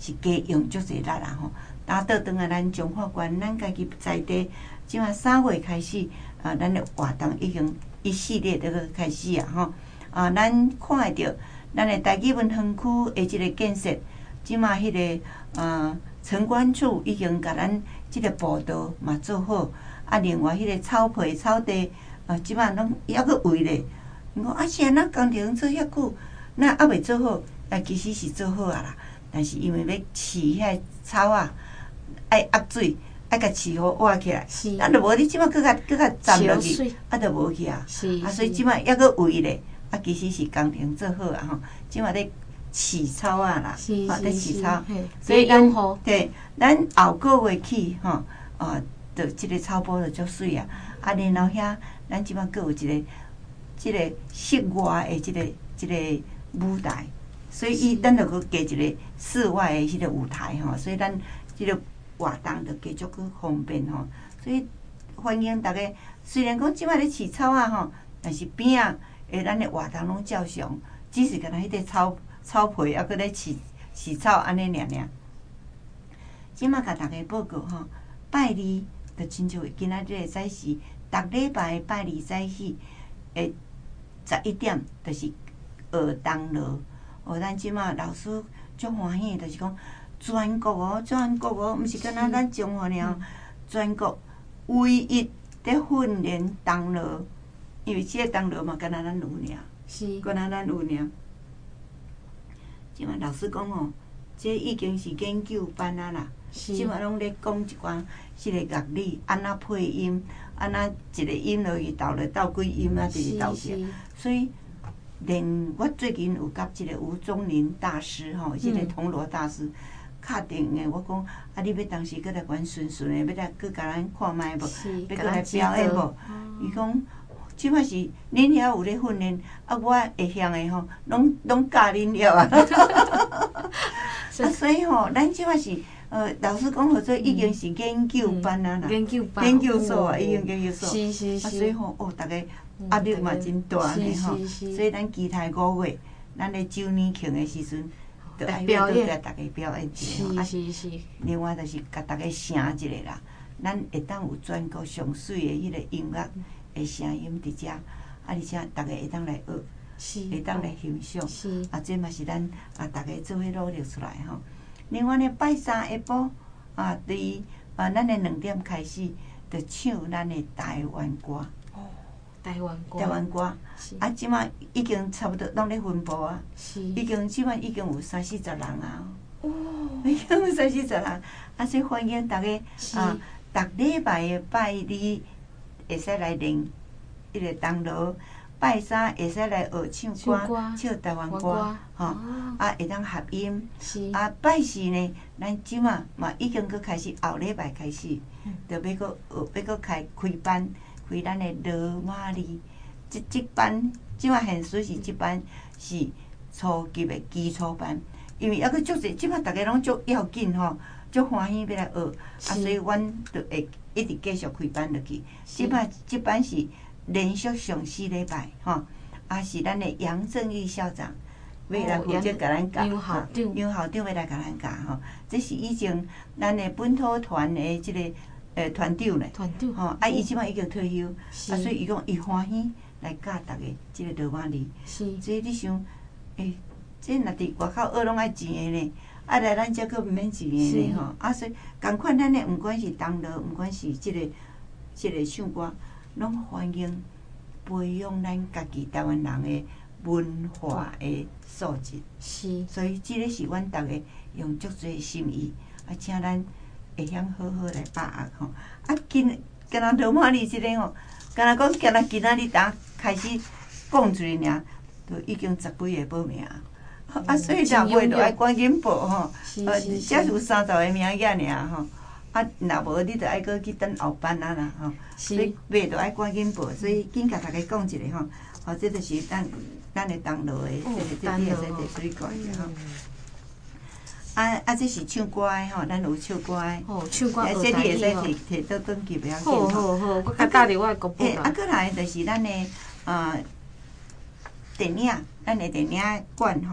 是加用足侪力啦吼。打倒转来，咱彰化县咱家己在地，即马三月开始，啊，咱的活动已经一系列伫个开始啊吼。啊，咱看会着，咱的台基文园区的即个建设，即马迄个啊城管处已经甲咱即个步道嘛做好，啊，另外迄个草皮草地啊，即马拢还佫围咧。因讲啊，是安那工程做遐久，那还未做好，啊，其实是做好啊啦，但是因为要饲遐草啊，爱压水，爱甲饲好活起来，啊，著无你即马佫较佫较站落去，啊，著无去啊，啊，所以即马还佫围咧。啊，其实是工程做好啊吼，即马咧饲草啊啦，吼咧饲草，所以咱对咱后个月起吼，啊，着即个草坡着足水啊，啊，然后遐咱即马佫有一个即个室外的即个即个舞台，所以伊咱着佫加一个室外的迄个舞台吼，所以咱即个活动着加足佫方便吼，所以欢迎大家。虽然讲即马咧饲草啊吼，但是边啊。诶，咱的活动拢照常，只是干那迄个草草皮还佫咧饲饲草安尼尔尔。即马甲大家报告吼，拜二就亲像今仔日会使是逐礼拜拜二早起诶十一点，就是学东路。哦，咱即马老师足欢喜，就是讲全国哦，全国哦，毋是干那咱彰化尔，全国唯一伫训练东路。因为即个东路嘛，敢若咱有尔，是，敢若咱有尔。即马老师讲吼，这已经是研究班啊啦，即马拢咧讲一寡即个乐理，安怎配音，安怎一个音落去斗落斗几音啊，就是斗起。所以，连我最近有甲即个吴宗林大师吼，即个铜锣大师敲定诶，我讲啊，你要当时搁来阮顺顺诶，要来搁甲咱看卖无？要搁来表演无？伊讲。即摆是恁遐有咧训练，啊，我会晓诶吼，拢拢教恁了啊。啊，所以吼，咱即摆是呃，老师讲，或者已经是研究班啊啦， 研究班， 研究所啊，已经研究所。 是是是。 啊，所以吼，哦，逐个压力嘛真大呢吼。所以咱期待五月，咱咧周年庆诶时阵，着爱要搁甲大家表演一下。 是是是。 另外就是甲大家声一个啦，咱会当有全国上水诶迄个音乐。诶，声音伫遮，啊，而且逐个会当来学，会当来欣赏，啊，这嘛是咱啊，逐个做伙努力出来吼。另外呢，拜三下晡啊，伫啊，咱诶两点开始，着唱咱诶台湾歌。 哦，台湾歌。 台湾歌。啊，即马已经差不多拢咧分布啊。 是。 已经即马已经有三四十人啊。哦。已经有三四十人，啊，所以欢迎逐个啊，逐礼拜诶拜二。会使来练迄个东锣，拜三会使来学唱歌，唱台湾歌，吼，啊会当合音。啊，拜四呢，咱即马嘛已经佫开始，后礼拜开始，着要佫学，要佫开开班，开咱的罗马里。即即班，即马现时是即班是初级的基础班，因为抑佫足侪，即马逐个拢足要紧吼，足欢喜要来学，啊，所以阮着会。一直继续开班落去，即摆即班是连续上四礼拜，吼，啊是咱的杨正义校长要来负责甲咱教， 杨校长， 杨校长要来甲咱教吼，这是以前咱的本土团的即个诶团长咧， 团长， 吼，啊伊即摆已经退休，啊所以伊讲伊欢喜来教逐个即个罗马里， 是， 所以你想，诶，这若伫外口学拢爱钱的呢。啊，来咱遮佫毋免钱诶咧吼，啊所以共款咱诶，毋管是东锣，毋管是即个即个唱歌，拢欢迎培养咱家己台湾人诶文化诶素质。是，所以即个是阮逐个用足侪心意，啊，请咱会晓好好来把握吼。啊，今敢若罗马里即个吼，敢若讲敢若今仔日当开始讲出来尔，都已经十几个报名。啊，所以若袂着爱赶紧报吼，呃，才有三十个名额尔吼。啊，若无你着爱搁去等后班啊啦吼。所以袂着爱赶紧报，所以紧甲大家讲一下吼。吼，这就是咱咱的东路的，这这你会使摕水管的吼。啊啊，这是唱歌的吼，咱有唱歌的。 哦，唱歌学这你会使摕摕摕倒转去袂要紧吼。好好好，我较搭伫我的脚步啦。啊，过来就是咱的啊电影，咱的电影馆吼。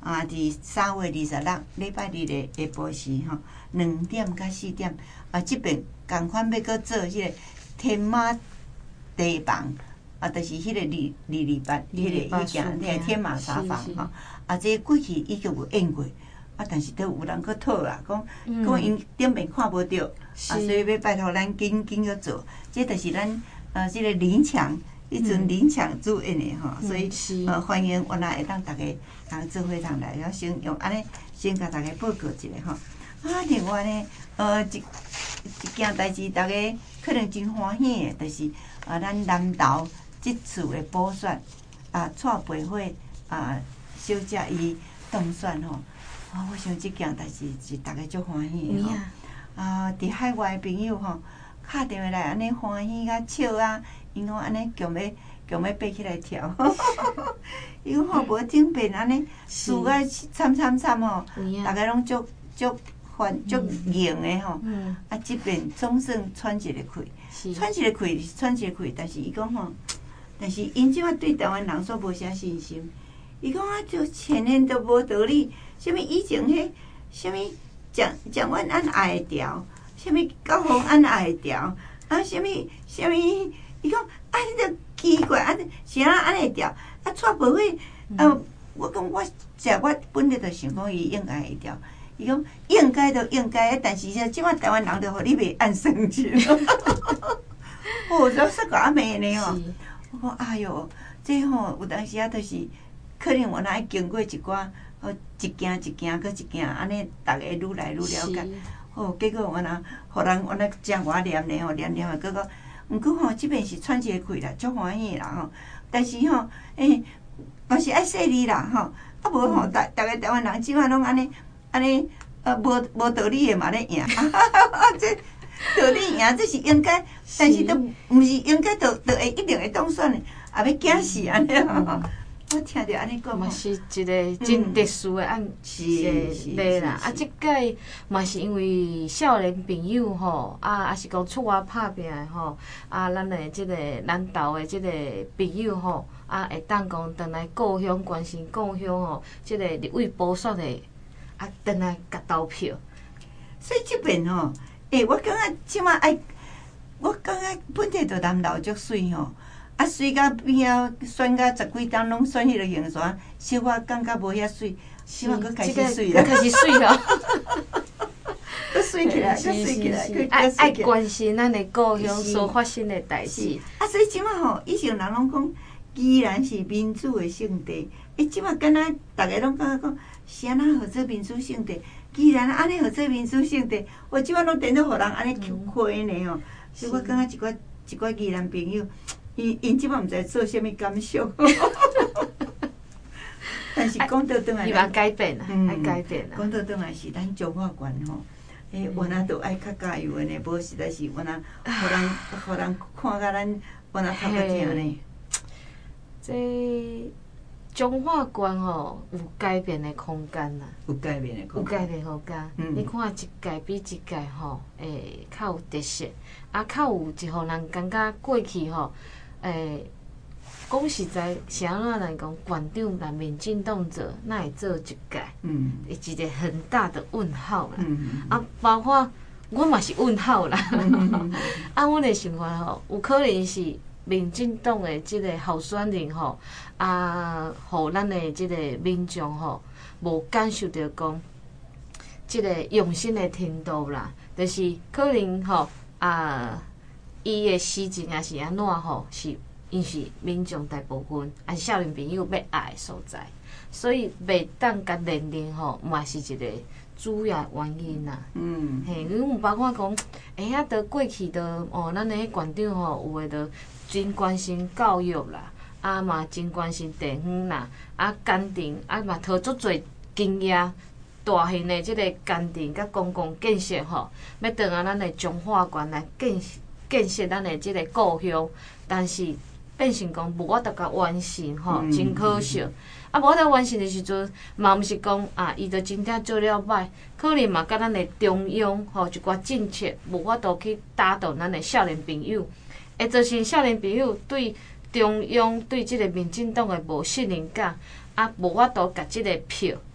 啊，伫三月二十六礼拜日的下晡时吼，两点到四点啊，即边共款要搁做迄个天马地房。啊，就是迄个二二二八，迄个意境，迄个天马茶房吼。啊，这过去已经有演过，啊，但是都有人搁讨啦，讲讲因顶面看无到，啊，所以要拜托咱紧紧去做。这就是咱呃，这个林强，迄阵林强主演的吼，所以呃，欢迎我来会当大家通做伙通来，了先用安尼先甲大家报告一下吼。啊，另外呢，呃，一一件代志，大家可能真欢喜的，就是啊，咱南投。即次的补选啊，蔡培慧啊小姐伊当选吼，啊，我想即件代志是大家足欢喜的吼。啊，伫海外的朋友吼，敲电话来安尼欢喜甲笑啊，因讲安尼强要强要爬起来跳，伊讲吼无顶边安尼输啊惨惨惨吼，大家拢足足欢足硬的吼。啊，即边总算喘一个气，喘一个气，喘一个气，但是伊讲吼。但是因即摆对台湾人煞无啥信心，伊讲啊，就前年都无道理，啥物以前迄啥物蒋蒋万安也会调，啥物高虹安也会调，啊，啥物啥物，伊讲啊，你着奇怪啊，是安安会调，啊，蔡培慧，啊，我讲我食我本来就想讲伊应该会调，伊讲应该就应该，但是即摆台湾人着互你袂按生去，哦，这说个阿妹呢哦。我讲哎哟，这吼有当时啊，就是可能我若爱经过一寡，哦，一件一件搁一件，安尼逐个愈来愈了解。哦，结果我若互人我若正我念呢吼，念念啊，结果，毋过吼，即边是喘一个气啦，足欢喜啦吼。但是吼，诶，嘛是爱说你啦吼，啊无吼，逐逐个台湾人即摆拢安尼安尼，呃，无无道理的嘛咧赢，这。道理赢，这是应该，但是都毋是应该，就就会一定会当选的，也要惊死安尼吼。我听着安尼讲， 嘛是一个真特殊的案例啦。啊，即届嘛是因为少年朋友吼，啊，也是讲出外拍拼的吼，啊，咱的即个南投的即个朋友吼，啊，会当讲转来故乡关心故乡吼，即个立委补选的，啊，转来甲投票。 所以即边吼。诶，我感觉即马爱，我感觉本地就南投足水吼，啊水到边啊选到十几档拢选迄个形山，小可感觉无遐水，即马佫开始水啦， 开始水了， 佫水起来，佫水起来，佫爱爱关心咱的故乡所发生的代志。 啊，所以即马吼，以前人拢讲，既然是民主的圣地，诶，即马敢若逐个拢感觉讲，是安那号做民主圣地？既然安尼，号做民主圣地，我即摆拢变做互人安尼亏呢吼。所以我感觉一寡一寡宜兰朋友，因因即摆毋知做啥物感想。但是讲到转来， 希望改变啦，爱改变啦。 讲到转来是咱彰化县吼，诶，我那都爱较加油的呢，无实在是我那互人互人看甲咱我那头壳疼呢。 这。彰化县吼有改变的空间啦， 有改变的空间，有改变空间。嗯、你看一届比一届吼，诶，较有特色，啊，较有一互人感觉过去吼，诶，讲实在，是安怎来讲，县长甲民进党做，哪会做一届？嗯，一个很大的问号啦。嗯嗯、啊，包括我嘛是问号啦。嗯、啊，阮的想法吼，有可能是。民进党的即个候选人吼，啊，互咱的即个民众吼，无感受到讲，即个用心的程度啦，就是可能吼啊，伊的施政也是安怎吼，是因是民众大部分，也是少年朋友要爱的所在，所以袂当甲年龄吼，嘛是一个主要原因啦。嗯，嘿，因为包括讲，哎呀，得过去的哦，咱的县长吼，有诶着。真关心教育啦，啊嘛真关心地方啦，啊工程啊嘛投足侪经验，大型的即个工程甲公共建设吼，要转啊咱的彰化县来建建设咱的即个故乡，但是变成讲无法度甲完成吼，真可惜。啊，无法度完成的时阵，嘛毋是讲啊，伊着真正做了歹，可能嘛甲咱的中央吼一寡政策无法度去打动咱的少年朋友。会造成少年朋友对中央、对即个民进党的无信任感，啊，无法度甲即个票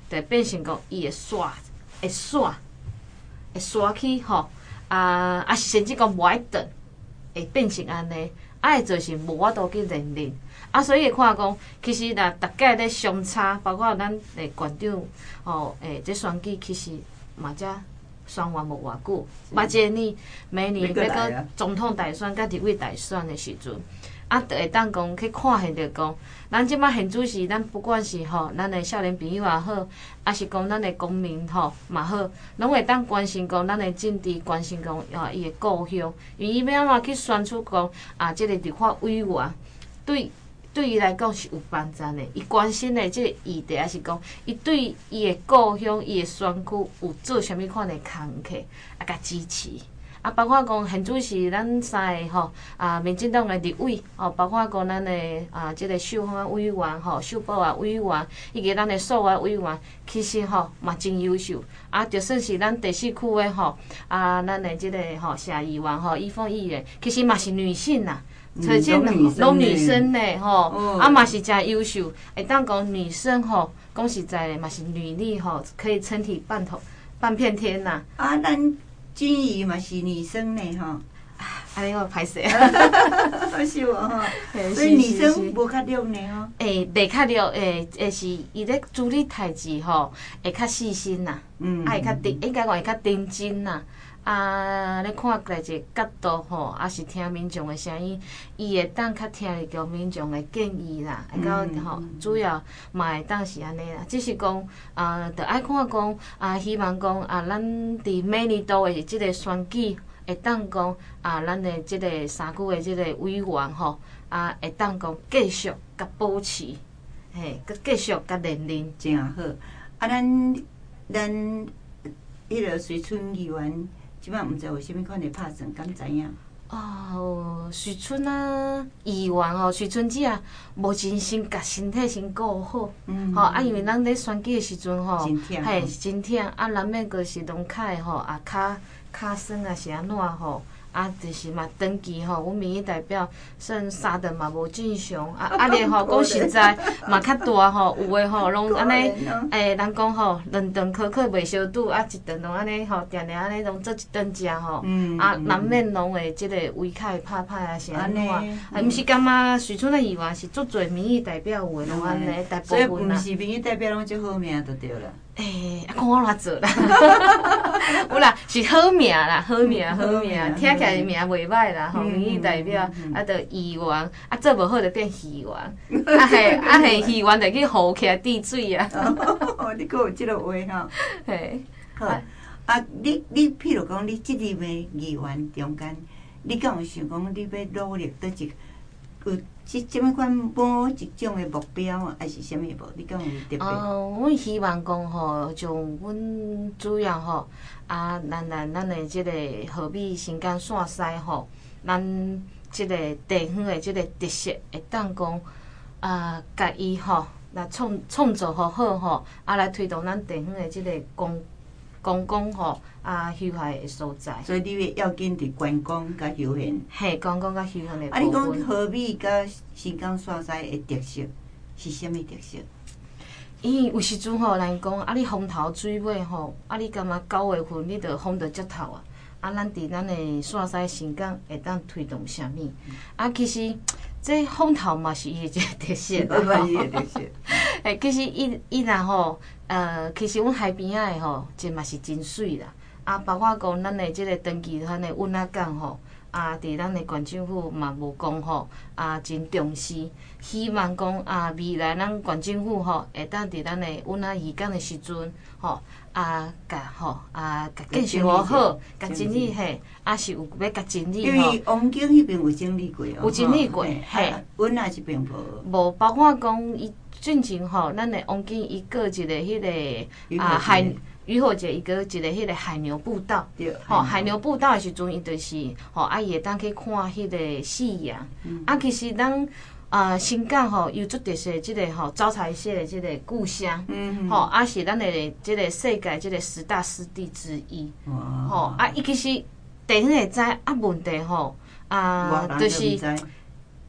就变成讲伊会刷，会刷，会刷起吼，啊啊是甚至讲无爱转，会变成安尼，啊会做是无法度去认领。啊，所以会看讲，其实若逐届咧相差，包括咱诶县长吼，诶，这选举其实嘛才选完无偌久，目前呢，明年要到总统大选甲立委大选的时阵，啊，就会当讲去看现着讲，咱即摆现主是咱不管是吼，咱的少年朋友也好，啊是讲咱的公民吼嘛好，拢会当关心讲咱的政治，关心讲啊伊的故乡，因为伊要安怎去选出讲啊，即、这个立法委员对。对伊来讲是有帮助的，伊关心的即个议题，也是讲伊对伊的故乡、伊的选区有做啥物款的工课，啊，甲支持。啊，包括讲现主是咱三个吼啊，民进党的立委吼，包括讲咱的啊，即、这个秀花委员吼、秀宝啊委员，以及咱的数学委员，其实吼嘛真优秀。啊，就算是咱第四区的吼啊，咱的即个吼谢议员吼、伊凤议员，其实嘛是女性呐。所以拢女生呢，吼，啊嘛是真优秀，会当讲女生吼，讲实在的嘛是女力吼，可以撑起半头半片天呐。 啊，咱俊怡嘛是女生呢，吼。 安尼我歹势。 是无吼？所以女生无较弱呢吼。诶， 袂较弱，诶，诶是伊咧处理代志吼，会较细心呐，嗯，啊会较认，应该讲会较认真呐。啊，咧看来一个角度吼，啊是听民众的声音，伊会当较听入叫民众的建议啦，会到吼，主要嘛会当是安尼啦。只是讲啊，着爱看讲啊，希望讲啊，咱伫每年度的即个选举，会当讲啊，咱的即个三区的即个委员吼，啊会当讲继续甲保持，嘿，佮继续甲连任， 真好。啊，咱咱迄个随村议员。即摆毋知有啥物款的拍算，敢知影？ 哦，徐春啊，议员哦，徐春姐啊，无真心甲身体先顾好，嗯，吼啊，因为咱咧选举的时阵吼，嘿是真忝，啊难免就是拢卡的吼，啊骹骹酸啊是安怎吼？啊，就是嘛，登记吼，阮民意代表算三顿嘛无正常，啊啊咧吼，讲实在嘛较大吼，有诶吼，拢安尼，诶，人讲吼，两顿考考袂相拄，啊一顿拢安尼吼，定定安尼拢做一顿食吼，啊难免拢会即个胃口会拍拍啊是安怎？啊，毋是感觉徐春的议员是足侪民意代表有诶，拢安尼大部分啦。 所以毋是民意代表拢足好命就对啦。 诶，啊，看我偌做啦，有啦，是好命啦，好命好命，听起来名袂歹啦，吼，民意代表，啊，着议员，啊，做无好着变戏员，啊嘿，啊嘿，戏员着去糊起来滴水啊。 哦，你阁有即个话吼？ 嘿， 好，啊，你你譬如讲，你即任的议员中间，你敢有想讲你要努力倒一有即即物款某一种的目标，还是啥物无？你敢有特别？ 哦，阮希望讲吼，像阮主要吼，啊，咱咱咱的即个河美新港线西吼，咱即个地方的即个特色，会当讲啊，甲伊吼来创创造好好吼，啊来推动咱地方的即个公公共吼啊休闲的所在。 所以你要紧伫观光甲休闲。 嘿，观光甲休闲的部分。 啊，你讲河美甲新港线西的特色是啥物特色？ 因为有时阵吼，人讲啊，你风头水尾吼，啊，你感觉九月份你着风着接头啊，啊，咱伫咱的线西新港会当推动啥物？啊，其实这风头嘛是伊的一个特色啦， 嘛是伊的特色。 诶，其实伊伊若吼，呃，其实阮海边仔的吼，真嘛是真水啦。啊，包括讲咱的即个长期咱的运仔港吼，啊，伫咱的县政府嘛无讲吼，啊，真重视。希望讲啊，未来咱县政府吼，会当伫咱的运仔渔港的时阵吼，啊，甲吼啊，甲建设好好，甲整理嘿，啊是有要甲整理吼。 因为王景迄边有整理过哦。 有整理过，嘿。 运仔这边无。 无，包括讲伊进前吼，咱的王景伊过一个迄个啊海。渔火节伊个一个迄个海牛步道，吼海牛步道的时阵，伊就是吼啊，伊会当去看迄个夕阳。嗯、啊，其实咱啊、呃、新港吼有足特色的即个吼招财蟹的即个故乡，嗯吼啊是咱的即个世界即个十大湿地之一。吼啊，伊其实地方会知，啊问题吼啊就是。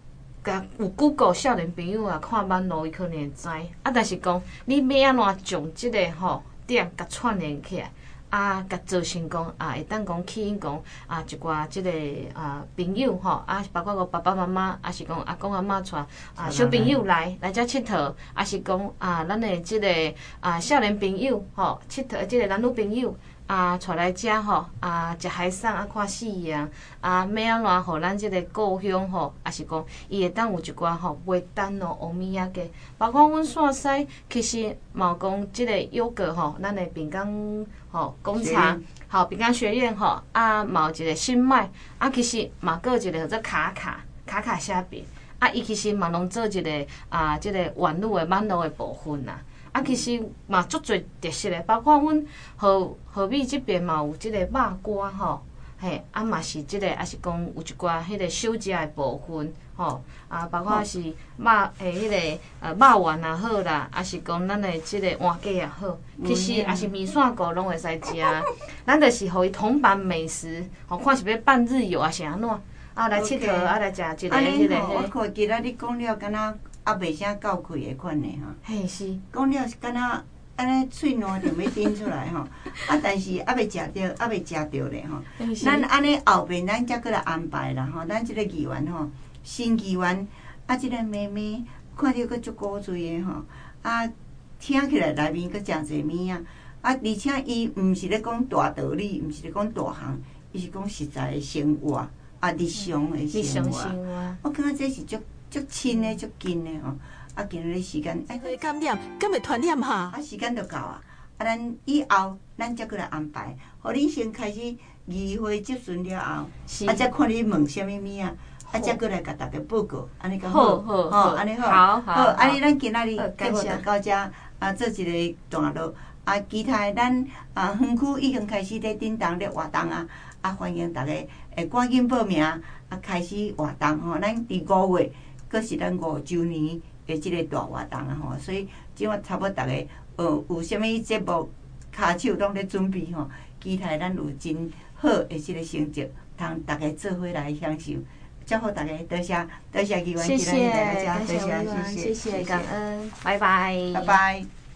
甲有 Google 少年朋友啊，看网络伊可能会知。啊，但是讲你要安怎将即个吼点甲串联起来，啊，甲做成讲啊，会当讲吸引讲啊一寡即个啊朋友吼，啊包括个爸爸妈妈，啊是讲阿公阿嬷带啊小朋友来来遮佚佗，啊是讲啊咱的即个啊少年朋友吼佚佗即个男女朋友。啊，带来遮吼，啊，食海产啊，看夕阳，啊，要安怎互咱即个故乡吼，啊是讲伊会当有一寡吼卖单哦，欧米仔价，包括阮线西，其实嘛有讲即个优格吼，咱的饼干吼工厂，吼饼干学院吼，啊嘛有一个新麦，啊其实嘛佫有一个叫做卡卡卡卡虾饼，啊伊其实嘛拢做一个啊即个网络的网络的部分啦。啊，其实嘛足侪特色的，包括阮河河美即边嘛有即个肉瓜吼，嘿，啊嘛是即、这个，啊是讲有一寡迄个小食的部分吼，啊包括是肉诶迄、那个呃肉丸也好啦，啊是讲咱的即个换鸡也好，其实也是面线糊拢会使食，咱就是互伊同版美食，吼看是要办日游啊是安怎，啊来佚佗，啊来食一个迄个。 我看今仔日讲了，敢若。啊，袂啥够开的款的吼。 嘿是。 讲了是敢若安尼喙烂着要顶出来吼。啊，但是还袂食着，还袂食着咧吼。咱安尼后边咱则过来安排啦吼。咱即个议员吼，新议员啊，即个妹妹看着佫足古锥的吼。啊，听起来内面佫诚侪物啊。啊，而且伊毋是咧讲大道理，毋是咧讲大项，伊是讲实在的生活啊，日常的生活。我感觉这是足。足亲的，足近的吼，啊，今日时间哎， 感染，敢会传染哈？ 啊，时间就到啊，啊，咱以后咱再过来安排，互恁先开始议会结束了后，啊，再看你问啥物物啊，啊，再过来甲大家报告，安尼讲好，吼，安尼好，好，安尼咱今仔日节目就到遮，啊，做一个段落，啊，期待咱啊园区已经开始咧振动咧活动啊，啊，欢迎大家会赶紧报名，啊，开始活动吼，咱伫五月。佫是咱五周年的即个大活动啊吼，所以即马差不多逐个呃有啥物节目骹手拢咧准备吼，期待咱有真好的即个成绩，通大家做伙来享受。祝福大家，多谢多谢议员今日来到遮，多谢谢谢谢谢感恩，拜拜， 拜拜。